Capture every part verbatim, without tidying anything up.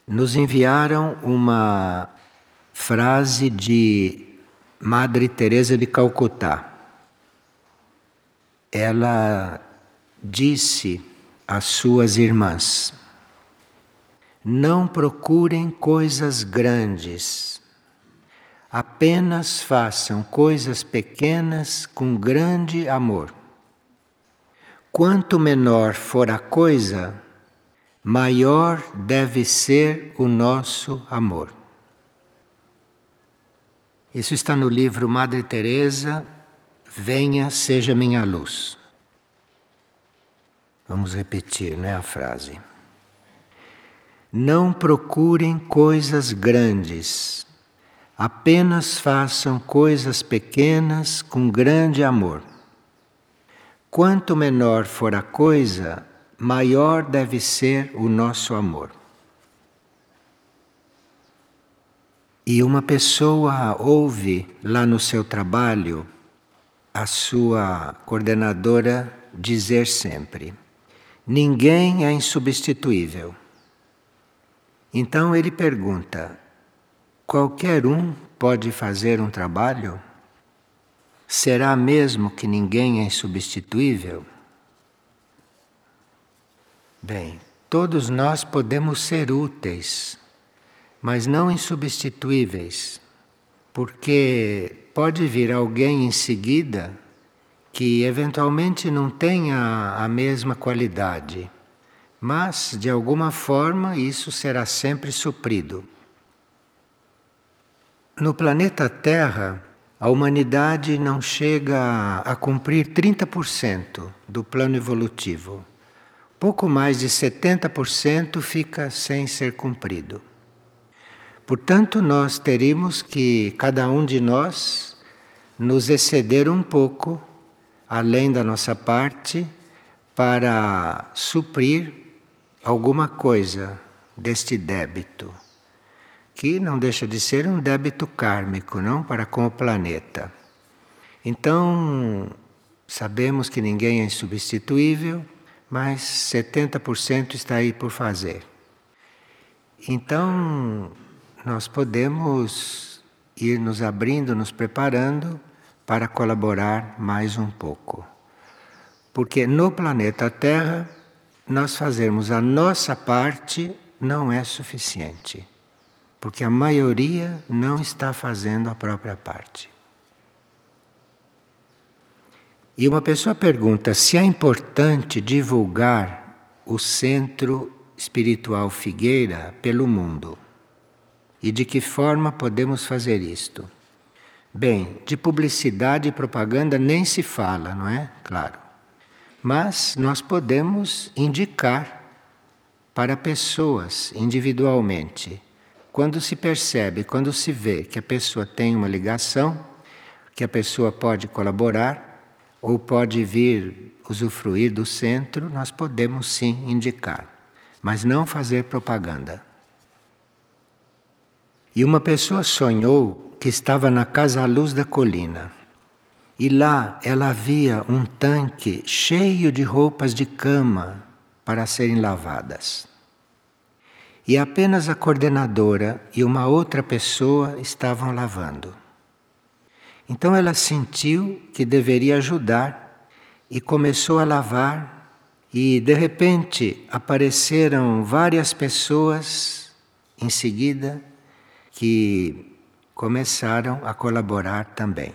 Nos enviaram uma frase de Madre Teresa de Calcutá. Ela disse às suas irmãs: não procurem coisas grandes, apenas façam coisas pequenas com grande amor. Quanto menor for a coisa, maior deve ser o nosso amor. Isso está no livro Madre Teresa, Venha, Seja Minha Luz. Vamos repetir, né, a frase. Não procurem coisas grandes, apenas façam coisas pequenas com grande amor. Quanto menor for a coisa, maior deve ser o nosso amor. E uma pessoa ouve lá no seu trabalho a sua coordenadora dizer sempre: ninguém é insubstituível. Então ele pergunta: qualquer um pode fazer um trabalho? Será mesmo que ninguém é insubstituível? Bem, todos nós podemos ser úteis, mas não insubstituíveis, porque pode vir alguém em seguida que eventualmente não tenha a mesma qualidade, mas de alguma forma isso será sempre suprido. No planeta Terra, a humanidade não chega a cumprir trinta por cento do plano evolutivo. Pouco mais de setenta por cento fica sem ser cumprido. Portanto, nós teríamos que, cada um de nós, nos exceder um pouco, além da nossa parte, para suprir alguma coisa deste débito, que não deixa de ser um débito kármico, não, para com o planeta. Então, sabemos que ninguém é insubstituível, mas setenta por cento está aí por fazer. Então, nós podemos ir nos abrindo, nos preparando para colaborar mais um pouco. Porque no planeta Terra, nós fazermos a nossa parte não é suficiente. Porque a maioria não está fazendo a própria parte. E uma pessoa pergunta se é importante divulgar o Centro Espiritual Figueira pelo mundo. E de que forma podemos fazer isto? Bem, de publicidade e propaganda nem se fala, não é? Claro. Mas nós podemos indicar para pessoas individualmente. Quando se percebe, quando se vê que a pessoa tem uma ligação, que a pessoa pode colaborar ou pode vir usufruir do centro, nós podemos sim indicar, mas não fazer propaganda. E uma pessoa sonhou que estava na Casa à Luz da Colina. E lá ela via um tanque cheio de roupas de cama para serem lavadas. E apenas a coordenadora e uma outra pessoa estavam lavando. Então ela sentiu que deveria ajudar e começou a lavar. E de repente apareceram várias pessoas em seguida que começaram a colaborar também.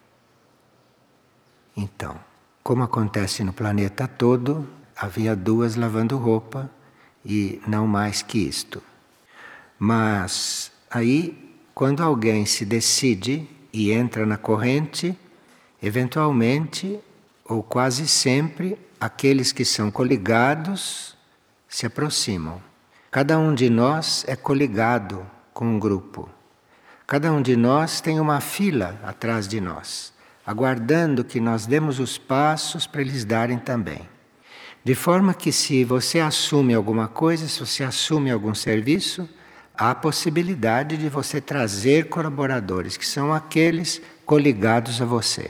Então, como acontece no planeta todo, havia duas lavando roupa e não mais que isto. Mas aí, quando alguém se decide e entra na corrente, eventualmente, ou quase sempre, aqueles que são coligados se aproximam. Cada um de nós é coligado com um grupo. Cada um de nós tem uma fila atrás de nós, aguardando que nós demos os passos para eles darem também. De forma que se você assume alguma coisa, se você assume algum serviço, há a possibilidade de você trazer colaboradores, que são aqueles coligados a você.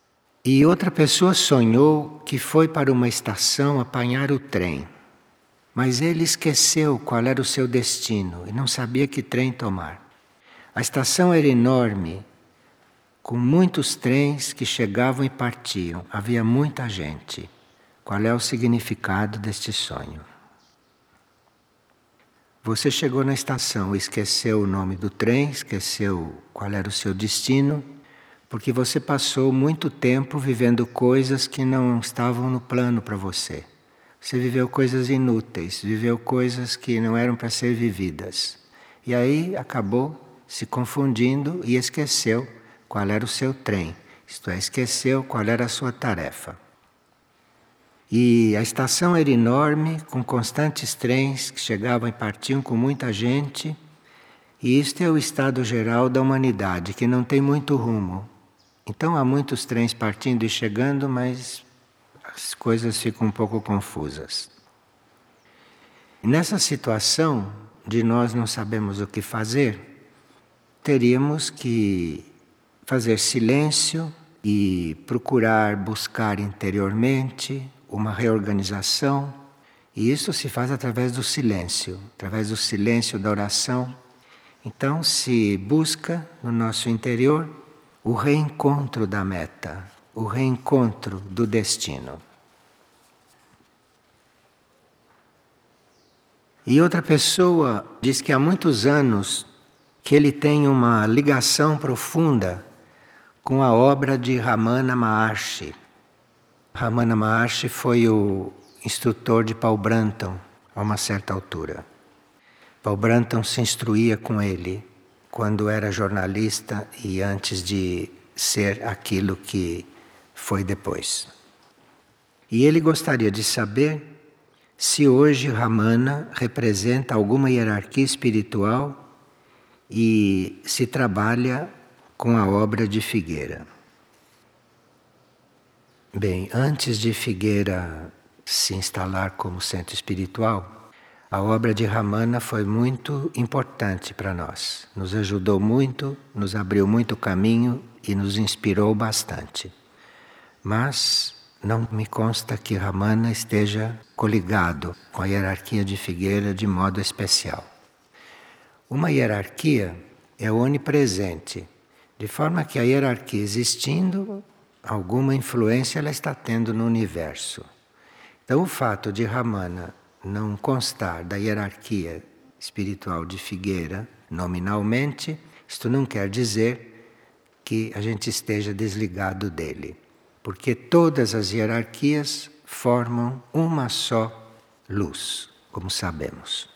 E outra pessoa sonhou que foi para uma estação apanhar o trem. mas ele esqueceu qual era o seu destino e não sabia que trem tomar. A estação era enorme, com muitos trens que chegavam e partiam. Havia muita gente. Qual é o significado deste sonho? Você chegou na estação, esqueceu o nome do trem, esqueceu qual era o seu destino, porque você passou muito tempo vivendo coisas que não estavam no plano para você. Você viveu coisas inúteis, viveu coisas que não eram para ser vividas. E aí acabou se confundindo e esqueceu qual era o seu trem, isto é, esqueceu qual era a sua tarefa. E a estação era enorme, com constantes trens que chegavam e partiam com muita gente. E isto é o estado geral da humanidade, que não tem muito rumo. Então há muitos trens partindo e chegando, mas as coisas ficam um pouco confusas. E nessa situação de nós não sabemos o que fazer, teríamos que fazer silêncio e procurar buscar interiormente uma reorganização, e isso se faz através do silêncio, através do silêncio da oração. Então se busca no nosso interior o reencontro da meta, o reencontro do destino. E outra pessoa diz que há muitos anos que ele tem uma ligação profunda com a obra de Ramana Maharshi. Ramana Maharshi foi o instrutor de Paul Brunton a uma certa altura. Paul Brunton se instruía com ele quando era jornalista e antes de ser aquilo que foi depois. E ele gostaria de saber se hoje Ramana representa alguma hierarquia espiritual e se trabalha com a obra de Figueira. Bem, antes de Figueira se instalar como centro espiritual, a obra de Ramana foi muito importante para nós. Nos ajudou muito, nos abriu muito caminho e nos inspirou bastante. Mas não me consta que Ramana esteja coligado com a hierarquia de Figueira de modo especial. Uma hierarquia é onipresente, de forma que a hierarquia existindo, alguma influência ela está tendo no universo. Então o fato de Ramana não constar da hierarquia espiritual de Figueira, nominalmente, isto não quer dizer que a gente esteja desligado dele, porque todas as hierarquias formam uma só luz, como sabemos.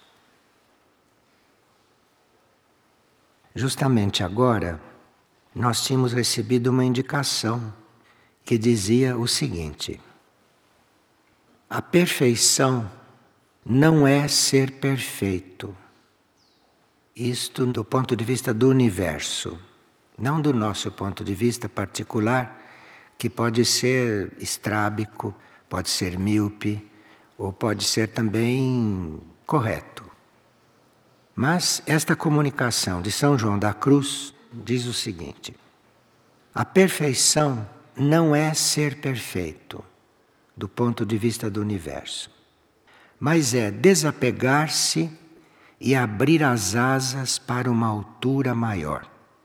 Justamente agora, nós tínhamos recebido uma indicação que dizia o seguinte: a perfeição não é ser perfeito. Isto do ponto de vista do universo, não do nosso ponto de vista particular, que pode ser estrábico, pode ser míope, ou pode ser também correto. Mas esta comunicação de São João da Cruz diz o seguinte: a perfeição não é ser perfeito, do ponto de vista do universo, mas é desapegar-se e abrir as asas para uma altura maior.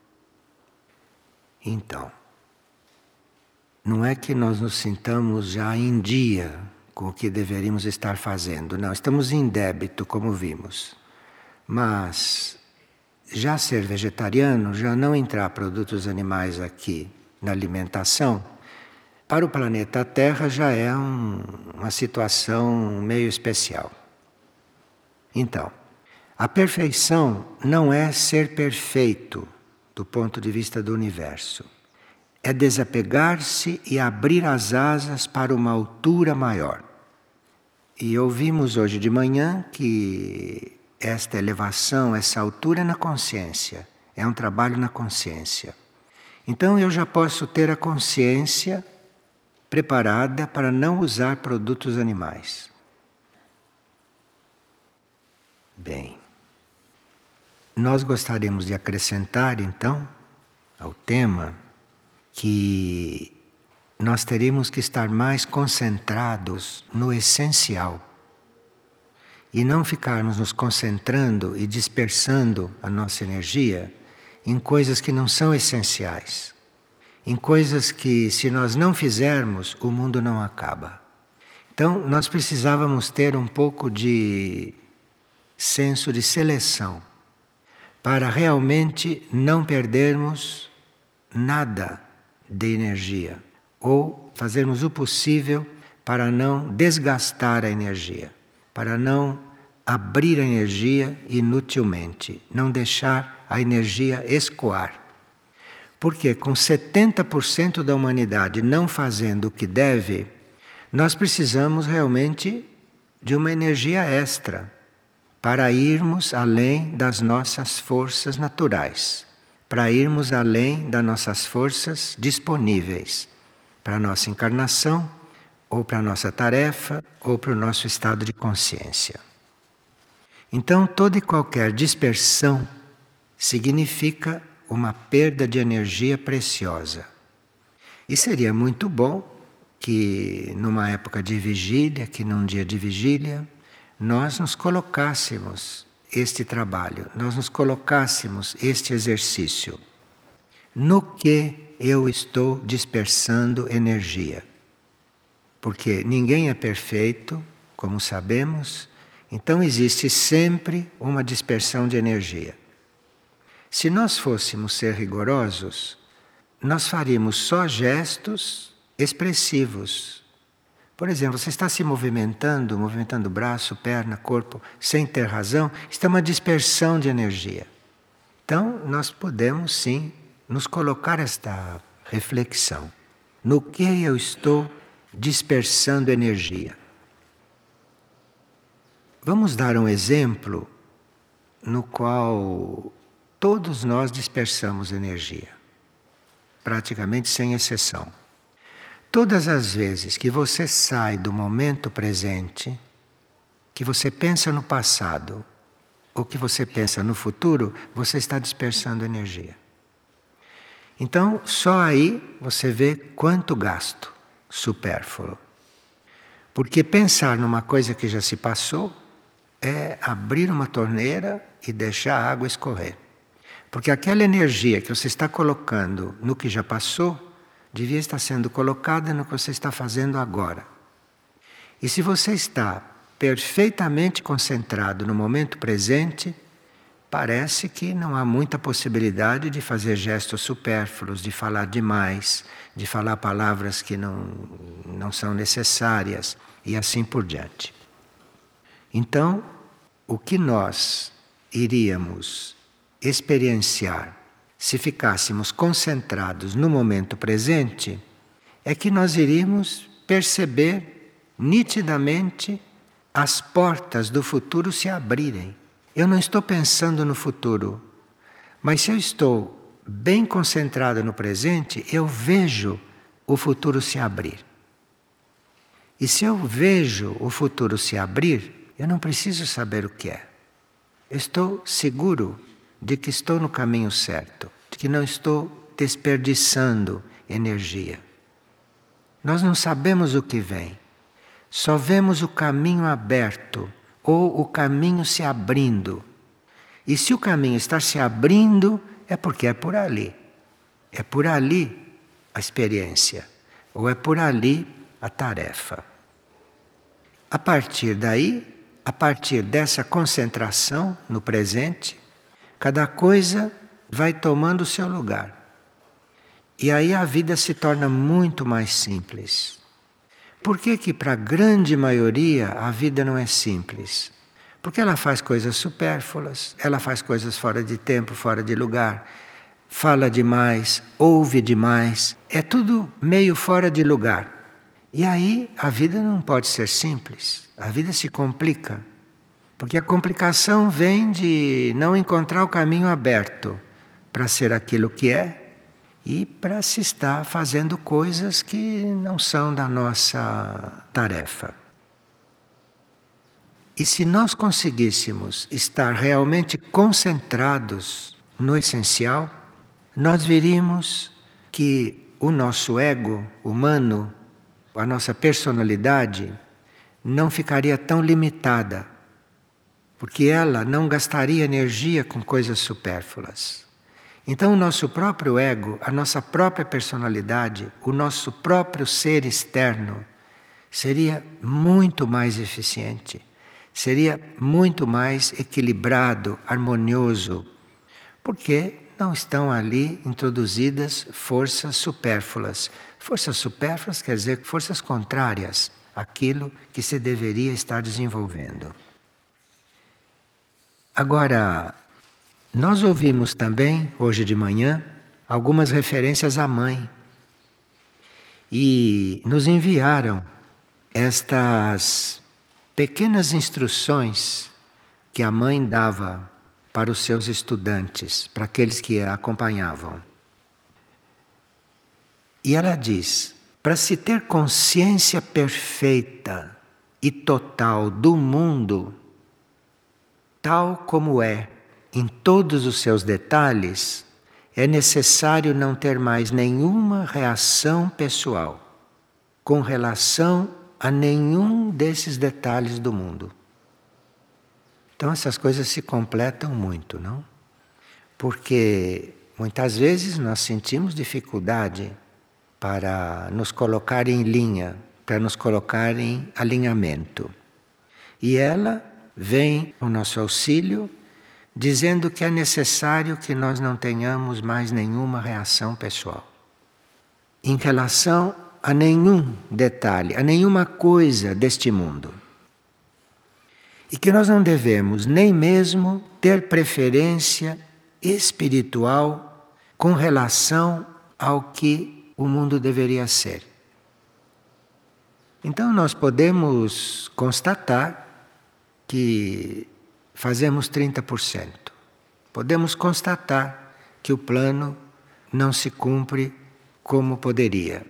Então, não é que nós nos sintamos já em dia com o que deveríamos estar fazendo, não, estamos em débito, como vimos. Mas já ser vegetariano, já não entrar produtos animais aqui na alimentação, para o planeta Terra já é um, uma situação meio especial. Então, a perfeição não é ser perfeito do ponto de vista do universo. É desapegar-se e abrir as asas para uma altura maior. E ouvimos hoje de manhã que esta elevação, essa altura é na consciência, é um trabalho na consciência. Então eu já posso ter a consciência preparada para não usar produtos animais. Bem, nós gostaríamos de acrescentar então ao tema que nós teríamos que estar mais concentrados no essencial. e não ficarmos nos concentrando e dispersando a nossa energia em coisas que não são essenciais, em coisas que, se nós não fizermos, o mundo não acaba. Então, nós precisávamos ter um pouco de senso de seleção para realmente não perdermos nada de energia ou fazermos o possível para não desgastar a energia, para não abrir a energia inutilmente, não deixar a energia escoar. Porque com setenta por cento da humanidade não fazendo o que deve, nós precisamos realmente de uma energia extra para irmos além das nossas forças naturais, para irmos além das nossas forças disponíveis para a nossa encarnação, ou para a nossa tarefa, ou para o nosso estado de consciência. Então, toda e qualquer dispersão significa uma perda de energia preciosa. E seria muito bom que, numa época de vigília, que num dia de vigília, nós nos colocássemos este trabalho, nós nos colocássemos este exercício. No que eu estou dispersando energia? Porque ninguém é perfeito, como sabemos, então existe sempre uma dispersão de energia. Se nós fôssemos ser rigorosos, nós faríamos só gestos expressivos. Por exemplo, você está se movimentando, movimentando braço, perna, corpo, sem ter razão, isso é uma dispersão de energia. Então, nós podemos sim nos colocar esta reflexão. No que eu estou dispersando energia? Vamos dar um exemplo no qual todos nós dispersamos energia, praticamente sem exceção. Todas as vezes que você sai do momento presente, que você pensa no passado, ou que você pensa no futuro, você está dispersando energia. Então, só aí você vê quanto gasto supérfluo. Porque pensar numa coisa que já se passou é abrir uma torneira e deixar a água escorrer. Porque aquela energia que você está colocando no que já passou, devia estar sendo colocada no que você está fazendo agora. E se você está perfeitamente concentrado no momento presente, parece que não há muita possibilidade de fazer gestos supérfluos, de falar demais, de falar palavras que não, não são necessárias e assim por diante. Então, o que nós iríamos experienciar se ficássemos concentrados no momento presente, é que nós iríamos perceber nitidamente as portas do futuro se abrirem. Eu não estou pensando no futuro, mas se eu estou bem concentrado no presente, eu vejo o futuro se abrir. E se eu vejo o futuro se abrir, eu não preciso saber o que é. Eu estou seguro de que estou no caminho certo, de que não estou desperdiçando energia. Nós não sabemos o que vem, só vemos o caminho aberto ou o caminho se abrindo. E se o caminho está se abrindo, é porque é por ali. É por ali a experiência, ou é por ali a tarefa. A partir daí, a partir dessa concentração no presente, cada coisa vai tomando o seu lugar. E aí a vida se torna muito mais simples. Por que que para a grande maioria a vida não é simples? Porque ela faz coisas supérfluas, ela faz coisas fora de tempo, fora de lugar, fala demais, ouve demais, é tudo meio fora de lugar. E aí a vida não pode ser simples, a vida se complica. Porque a complicação vem de não encontrar o caminho aberto para ser aquilo que é e para se estar fazendo coisas que não são da nossa tarefa. E se nós conseguíssemos estar realmente concentrados no essencial, nós veríamos que o nosso ego humano, a nossa personalidade, não ficaria tão limitada. porque ela não gastaria energia com coisas supérfluas. Então, o nosso próprio ego, a nossa própria personalidade, o nosso próprio ser externo, seria muito mais eficiente, seria muito mais equilibrado, harmonioso, porque não estão ali introduzidas forças supérfluas. Forças supérfluas quer dizer forças contrárias àquilo que se deveria estar desenvolvendo. Agora, nós ouvimos também, hoje de manhã, algumas referências à mãe. E nos enviaram estas pequenas instruções que a mãe dava para os seus estudantes, para aqueles que a acompanhavam. E ela diz: para se ter consciência perfeita e total do mundo, tal como é, em todos os seus detalhes, é necessário não ter mais nenhuma reação pessoal com relação a nenhum desses detalhes do mundo. Então essas coisas se completam muito, não? Porque muitas vezes nós sentimos dificuldade para nos colocar em linha, para nos colocar em alinhamento. E ela vem ao nosso auxílio dizendo que é necessário que nós não tenhamos mais nenhuma reação pessoal em relação a nenhum detalhe, a nenhuma coisa deste mundo. E que nós não devemos nem mesmo ter preferência espiritual com relação ao que o mundo deveria ser. Então nós podemos constatar que fazemos trinta por cento. Podemos constatar que o plano não se cumpre como poderia.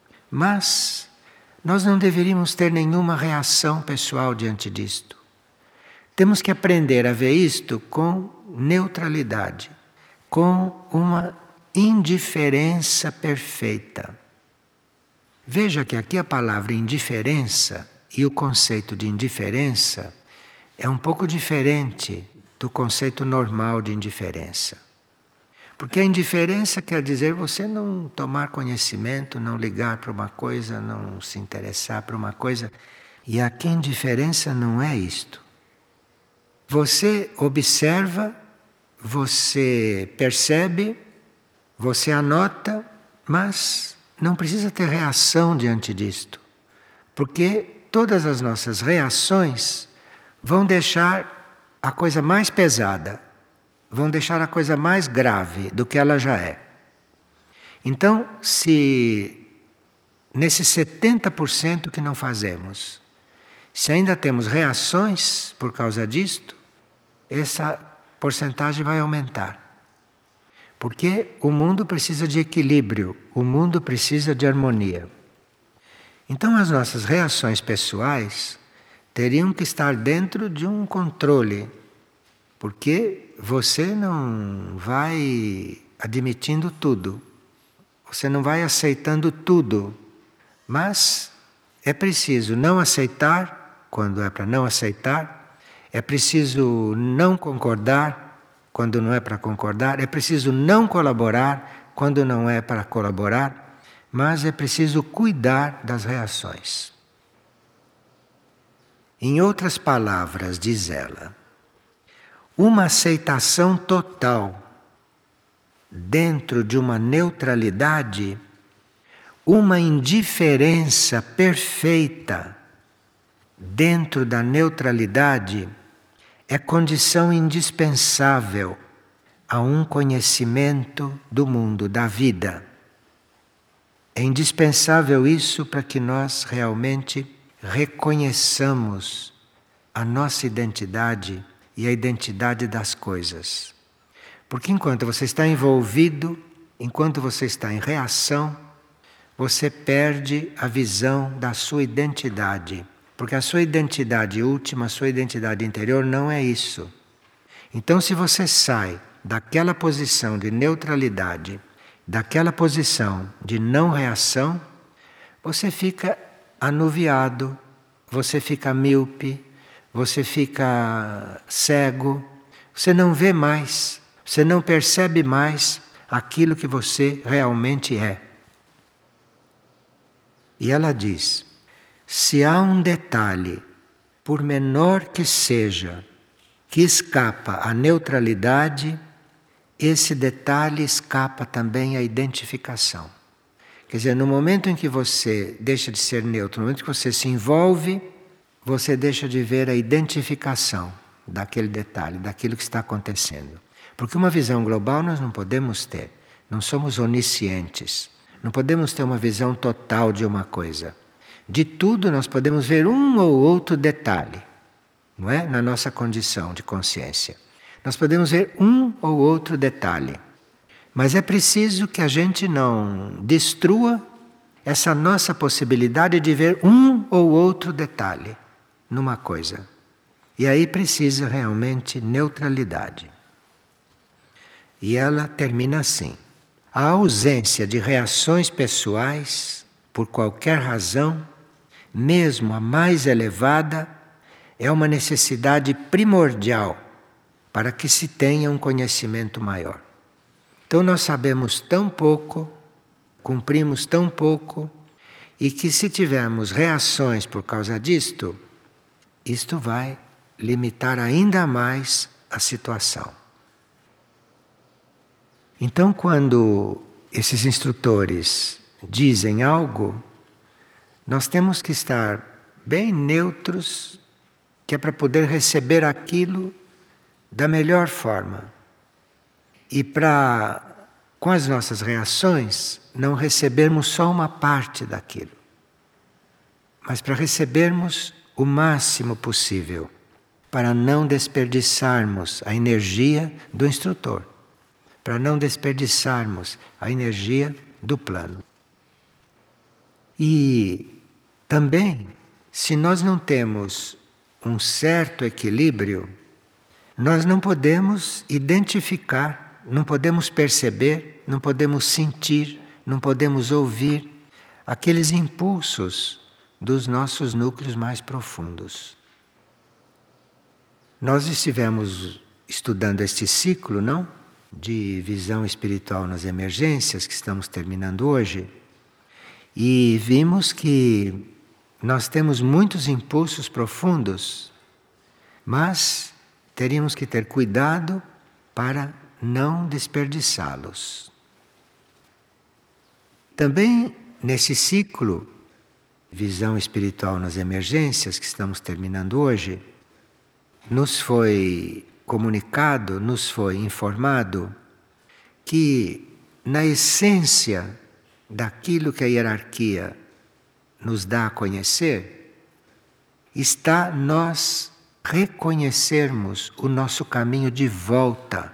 Mas nós não deveríamos ter nenhuma reação pessoal diante disto. Temos que aprender a ver isto com neutralidade, com uma indiferença perfeita. Veja que aqui a palavra indiferença e o conceito de indiferença é um pouco diferente do conceito normal de indiferença. Porque a indiferença quer dizer você não tomar conhecimento, não ligar para uma coisa, não se interessar por uma coisa. E aqui a indiferença não é isto. Você observa, você percebe, você anota, mas não precisa ter reação diante disto. Porque todas as nossas reações vão deixar a coisa mais pesada, vão deixar a coisa mais grave do que ela já é. Então, se nesses setenta por cento que não fazemos, se ainda temos reações por causa disto, essa porcentagem vai aumentar. Porque o mundo precisa de equilíbrio, o mundo precisa de harmonia. Então, as nossas reações pessoais teriam que estar dentro de um controle, porque você não vai admitindo tudo, você não vai aceitando tudo, mas é preciso não aceitar quando é para não aceitar, é preciso não concordar quando não é para concordar, é preciso não colaborar quando não é para colaborar, mas é preciso cuidar das reações. Em outras palavras, diz ela, uma aceitação total dentro de uma neutralidade, uma indiferença perfeita dentro da neutralidade é condição indispensável a um conhecimento do mundo, da vida. É indispensável isso para que nós realmente reconheçamos a nossa identidade e a identidade das coisas. Porque enquanto você está envolvido, enquanto você está em reação, você perde a visão da sua identidade. Porque a sua identidade última, a sua identidade interior não é isso. Então, se você sai daquela posição de neutralidade, daquela posição de não reação, você fica anuviado, você fica míope, você fica cego, você não vê mais, você não percebe mais aquilo que você realmente é. E ela diz: se há um detalhe, por menor que seja, que escapa à neutralidade, esse detalhe escapa também à identificação. Quer dizer, no momento em que você deixa de ser neutro, no momento que você se envolve, você deixa de ver a identificação daquele detalhe, daquilo que está acontecendo. Porque uma visão global nós não podemos ter. Não somos oniscientes. Não podemos ter uma visão total de uma coisa. De tudo nós podemos ver um ou outro detalhe, não é? Na nossa condição de consciência. Nós podemos ver um ou outro detalhe. Mas é preciso que a gente não destrua essa nossa possibilidade de ver um ou outro detalhe numa coisa. E aí precisa realmente neutralidade. E ela termina assim: a ausência de reações pessoais, por qualquer razão, mesmo a mais elevada, é uma necessidade primordial para que se tenha um conhecimento maior. Então nós sabemos tão pouco, cumprimos tão pouco, e que se tivermos reações por causa disto, isto vai limitar ainda mais a situação. Então, quando esses instrutores dizem algo, nós temos que estar bem neutros, que é para poder receber aquilo da melhor forma. E para, com as nossas reações, não recebermos só uma parte daquilo, mas para recebermos o máximo possível, para não desperdiçarmos a energia do instrutor, para não desperdiçarmos a energia do plano. E também, se nós não temos um certo equilíbrio, nós não podemos identificar, não podemos perceber, não podemos sentir, não podemos ouvir aqueles impulsos dos nossos núcleos mais profundos. Nós estivemos estudando este ciclo, não? De visão espiritual nas emergências, que estamos terminando hoje, e vimos que nós temos muitos impulsos profundos, mas teríamos que ter cuidado para não desperdiçá-los. Também nesse ciclo, visão espiritual nas emergências, que estamos terminando hoje, nos foi comunicado, nos foi informado que na essência daquilo que a hierarquia nos dá a conhecer, está nós reconhecermos o nosso caminho de volta.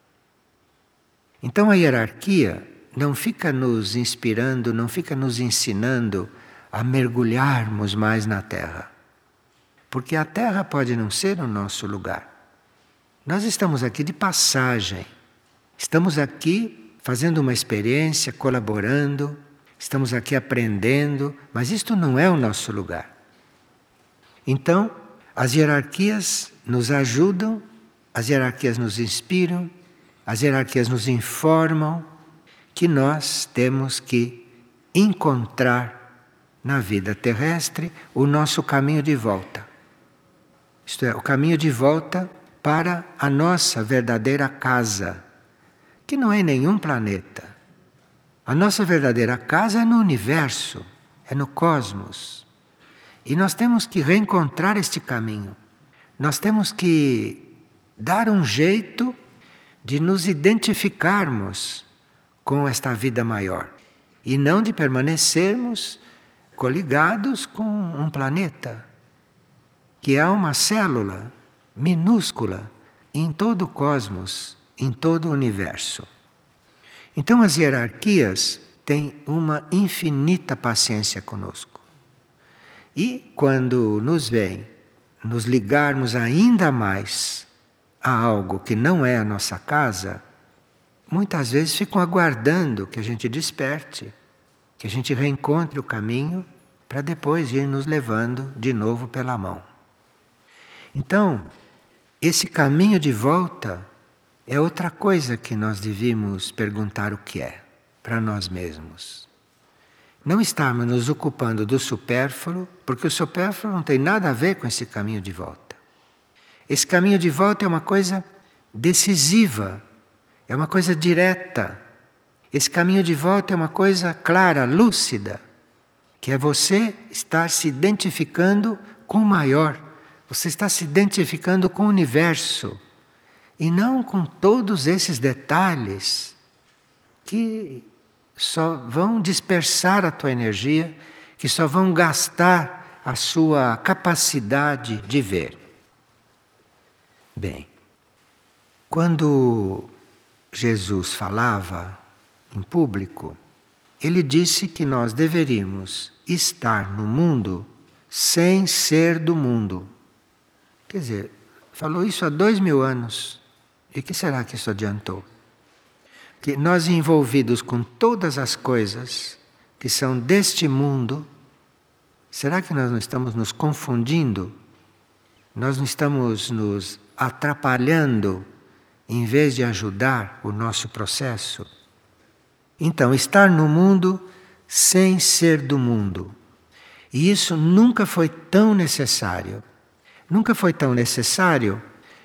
Então a hierarquia não fica nos inspirando, não fica nos ensinando a mergulharmos mais na Terra. Porque a Terra pode não ser o nosso lugar. Nós estamos aqui de passagem. Estamos aqui fazendo uma experiência, colaborando, estamos aqui aprendendo, mas isto não é o nosso lugar. Então, as hierarquias nos ajudam, as hierarquias nos inspiram, as hierarquias nos informam que nós temos que encontrar na vida terrestre o nosso caminho de volta. Isto é, o caminho de volta para a nossa verdadeira casa, que não é nenhum planeta. A nossa verdadeira casa é no universo, é no cosmos. E nós temos que reencontrar este caminho. Nós temos que dar um jeito de nos identificarmos com esta vida maior e não de permanecermos coligados com um planeta que é uma célula minúscula em todo o cosmos, em todo o universo. Então as hierarquias têm uma infinita paciência conosco. E quando nos vem nos ligarmos ainda mais a algo que não é a nossa casa, muitas vezes ficam aguardando que a gente desperte, que a gente reencontre o caminho para depois ir nos levando de novo pela mão. Então, esse caminho de volta é outra coisa que nós devíamos perguntar o que é para nós mesmos. Não estarmos nos ocupando do supérfluo, porque o supérfluo não tem nada a ver com esse caminho de volta. Esse caminho de volta é uma coisa decisiva, é uma coisa direta. Esse caminho de volta é uma coisa clara, lúcida, que é você estar se identificando com o maior, você está se identificando com o universo, e não com todos esses detalhes que só vão dispersar a tua energia, que só vão gastar a sua capacidade de ver. Bem, quando Jesus falava em público, ele disse que nós deveríamos estar no mundo sem ser do mundo. Quer dizer, falou isso há dois mil anos. E o que será que isso adiantou? Que nós envolvidos com todas as coisas que são deste mundo, será que nós não estamos nos confundindo? Nós não estamos nos atrapalhando em vez de ajudar o nosso processo? Então, estar no mundo sem ser do mundo. E isso nunca foi tão necessário. Nunca foi tão necessário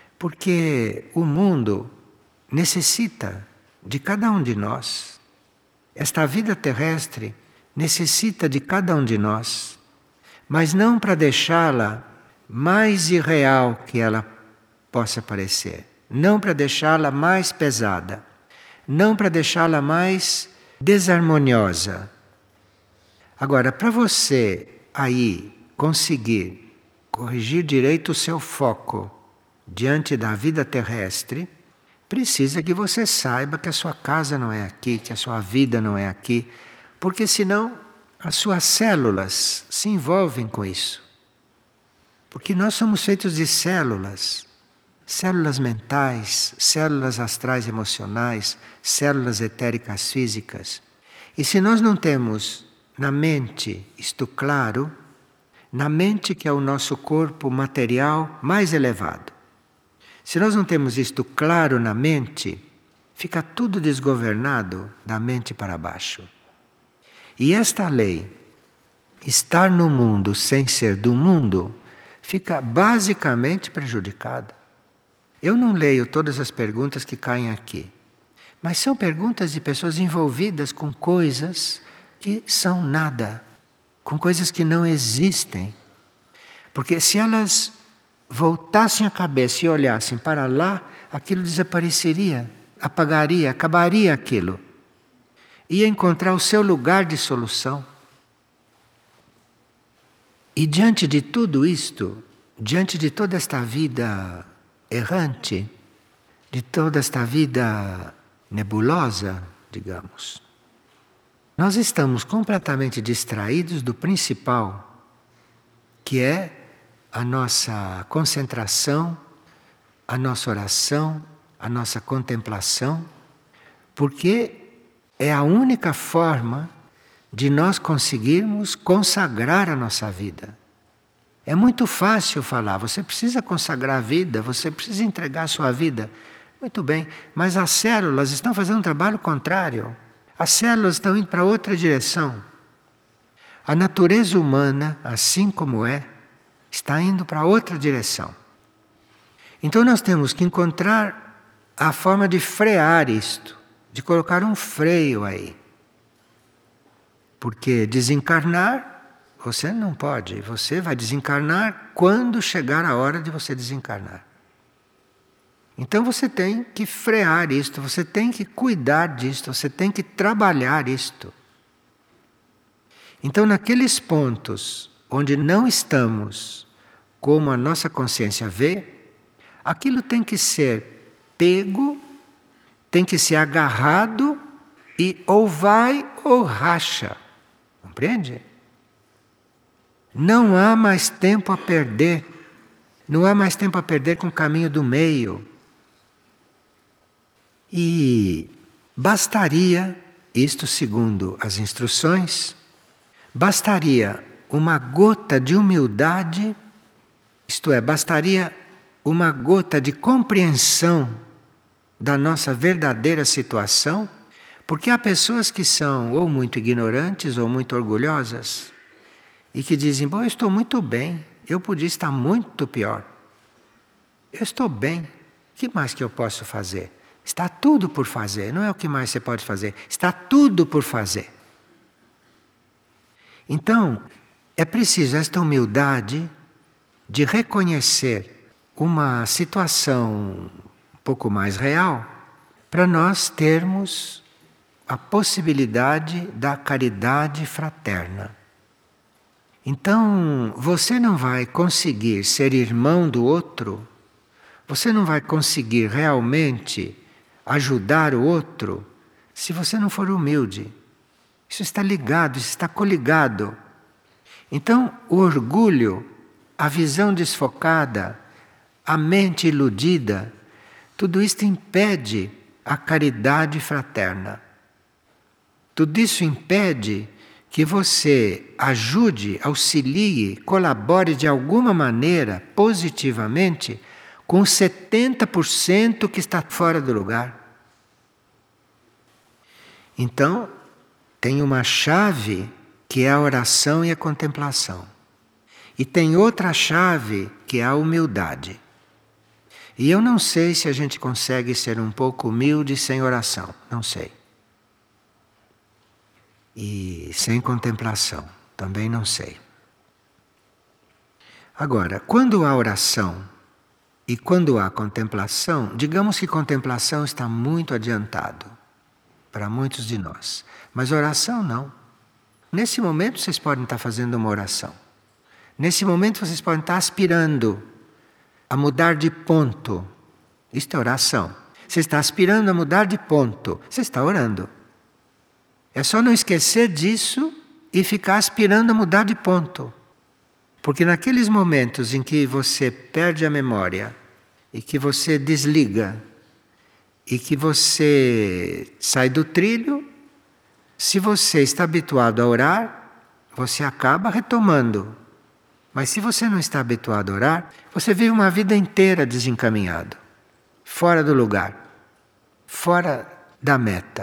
porque o mundo necessita de cada um de nós. Esta vida terrestre necessita de cada um de nós, mas não para deixá-la mais irreal que ela possa parecer, não para deixá-la mais pesada, não para deixá-la mais desarmoniosa. Agora, para você aí conseguir corrigir direito o seu foco diante da vida terrestre, precisa que você saiba que a sua casa não é aqui, que a sua vida não é aqui, porque senão as suas células se envolvem com isso. Porque nós somos feitos de células, células mentais, células astrais emocionais, células etéricas físicas. E se nós não temos na mente isto claro, na mente que é o nosso corpo material mais elevado, se nós não temos isto claro na mente, fica tudo desgovernado da mente para baixo. E esta lei, estar no mundo sem ser do mundo, fica basicamente prejudicada. Eu não leio todas as perguntas que caem aqui, mas são perguntas de pessoas envolvidas com coisas que são nada, com coisas que não existem. Porque se elas voltassem a cabeça e olhassem para lá, aquilo desapareceria, apagaria, acabaria aquilo. Ia encontrar o seu lugar de solução. E diante de tudo isto, diante de toda esta vida errante, de toda esta vida nebulosa, digamos, nós estamos completamente distraídos do principal, que é a nossa concentração, a nossa oração, a nossa contemplação, porque é a única forma de nós conseguirmos consagrar a nossa vida. É muito fácil falar, você precisa consagrar a vida, você precisa entregar a sua vida. Muito bem, mas as células estão fazendo um trabalho contrário. As células estão indo para outra direção. A natureza humana, assim como é, está indo para outra direção. Então nós temos que encontrar a forma de frear isto, de colocar um freio aí. Porque desencarnar, você não pode. Você vai desencarnar quando chegar a hora de você desencarnar. Então você tem que frear isto, você tem que cuidar disto, você tem que trabalhar isto. Então naqueles pontos onde não estamos como a nossa consciência vê, aquilo tem que ser pego, tem que ser agarrado e ou vai ou racha. Compreende? Não há mais tempo a perder. Não há mais tempo a perder com o caminho do meio. E bastaria, isto segundo as instruções, bastaria uma gota de humildade, isto é, bastaria uma gota de compreensão da nossa verdadeira situação, porque há pessoas que são ou muito ignorantes ou muito orgulhosas e que dizem: bom, eu estou muito bem, eu podia estar muito pior. Eu estou bem, o que mais que eu posso fazer? Está tudo por fazer, não é o que mais você pode fazer, está tudo por fazer. Então, é preciso esta humildade de reconhecer uma situação um pouco mais real para nós termos a possibilidade da caridade fraterna. Então, você não vai conseguir ser irmão do outro, você não vai conseguir realmente ajudar o outro se você não for humilde. Isso está ligado, isso está coligado. Então, o orgulho, a visão desfocada, a mente iludida, tudo isso impede a caridade fraterna. Tudo isso impede que você ajude, auxilie, colabore de alguma maneira, positivamente, com os setenta por cento que está fora do lugar. Então, tem uma chave que é a oração e a contemplação. E tem outra chave que é a humildade. E eu não sei se a gente consegue ser um pouco humilde sem oração, não sei. E sem contemplação, também não sei. Agora, quando há oração e quando há contemplação, digamos que contemplação está muito adiantado para muitos de nós, mas oração não. Nesse momento vocês podem estar fazendo uma oração. Nesse momento vocês podem estar aspirando a mudar de ponto. Isto é oração. Você está aspirando a mudar de ponto. Você está orando. É só não esquecer disso e ficar aspirando a mudar de ponto. Porque naqueles momentos em que você perde a memória e que você desliga e que você sai do trilho, se você está habituado a orar, você acaba retomando. Mas se você não está habituado a orar, você vive uma vida inteira desencaminhado, fora do lugar, fora da meta.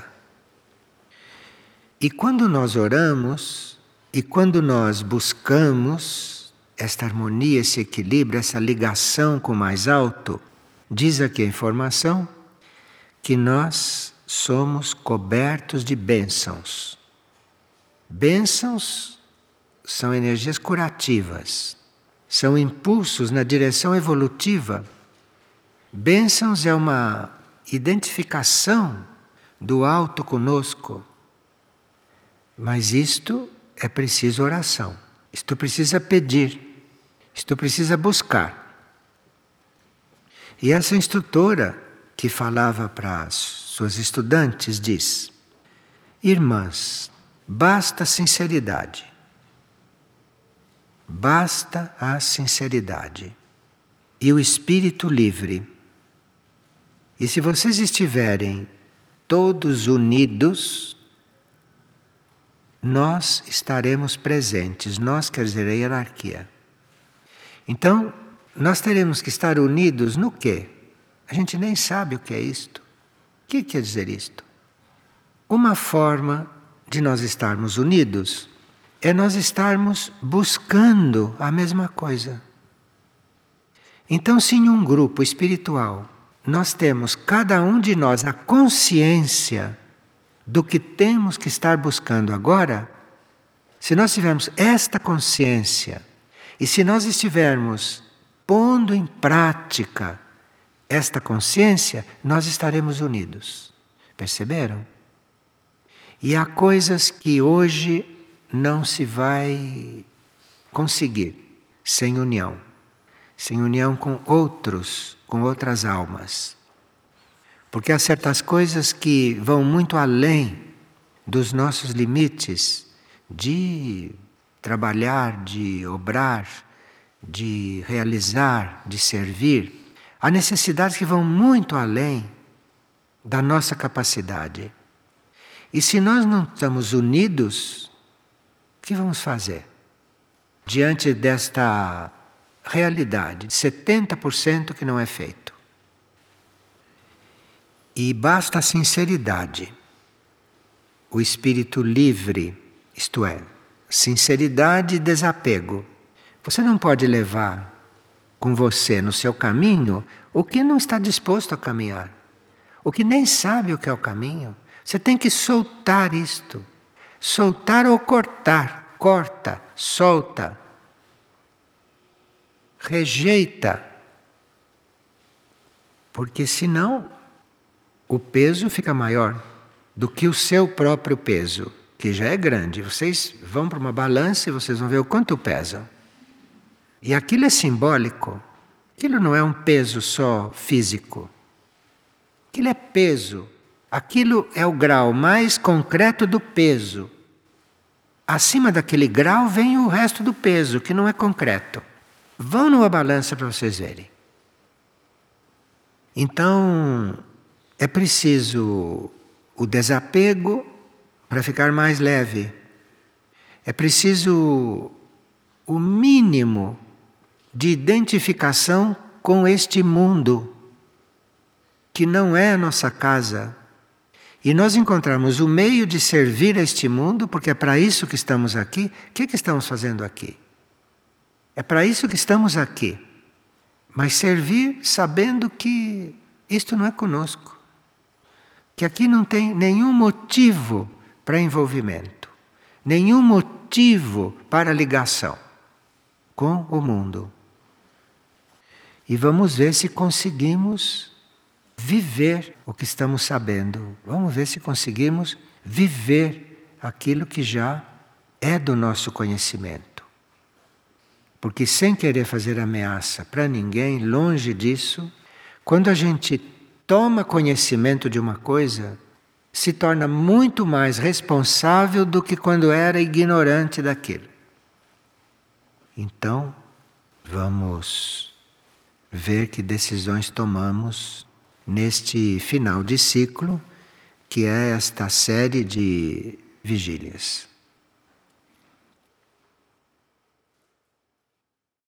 E quando nós oramos, e quando nós buscamos esta harmonia, esse equilíbrio, essa ligação com o mais alto, diz aqui a informação que nós somos cobertos de bênçãos. Bênçãos são energias curativas, são impulsos na direção evolutiva. Bênçãos é uma identificação do alto conosco. Mas isto é preciso oração, isto precisa pedir, isto precisa buscar. E essa instrutora que falava para as suas estudantes diz: irmãs, basta a sinceridade. Basta a sinceridade e o espírito livre. E se vocês estiverem todos unidos, nós estaremos presentes. Nós quer dizer a hierarquia. Então, nós teremos que estar unidos no quê? A gente nem sabe o que é isto. O que quer dizer isto? Uma forma de nós estarmos unidos é nós estarmos buscando a mesma coisa. Então, se em um grupo espiritual nós temos, cada um de nós, a consciência do que temos que estar buscando agora, se nós tivermos esta consciência e se nós estivermos pondo em prática esta consciência, nós estaremos unidos. Perceberam? E há coisas que hoje não se vai conseguir sem união. Sem união com outros, com outras almas. Porque há certas coisas que vão muito além dos nossos limites de trabalhar, de obrar, de realizar, de servir. Há necessidades que vão muito além da nossa capacidade. E se nós não estamos unidos, o que vamos fazer? Diante desta realidade, setenta por cento que não é feito. E basta a sinceridade, o espírito livre, isto é, sinceridade e desapego. Você não pode levar com você no seu caminho o que não está disposto a caminhar, o que nem sabe o que é o caminho. Você tem que soltar isto. Soltar ou cortar. Corta, solta. Rejeita. Porque senão o peso fica maior do que o seu próprio peso, que já é grande. Vocês vão para uma balança e vocês vão ver o quanto pesam. E aquilo é simbólico. Aquilo não é um peso só físico. Aquilo é peso. Aquilo é o grau mais concreto do peso. Acima daquele grau vem o resto do peso, que não é concreto. Vão numa balança para vocês verem. Então, é preciso o desapego para ficar mais leve. É preciso o mínimo de identificação com este mundo, que não é a nossa casa. E nós encontramos o meio de servir a este mundo, porque é para isso que estamos aqui. O que, que estamos fazendo aqui? É para isso que estamos aqui. Mas servir sabendo que isto não é conosco. Que aqui não tem nenhum motivo para envolvimento. Nenhum motivo para ligação com o mundo. E vamos ver se conseguimos viver o que estamos sabendo. Vamos ver se conseguimos viver aquilo que já é do nosso conhecimento. Porque sem querer fazer ameaça para ninguém, longe disso, quando a gente toma conhecimento de uma coisa, se torna muito mais responsável do que quando era ignorante daquilo. Então, vamos ver que decisões tomamos neste final de ciclo, que é esta série de vigílias.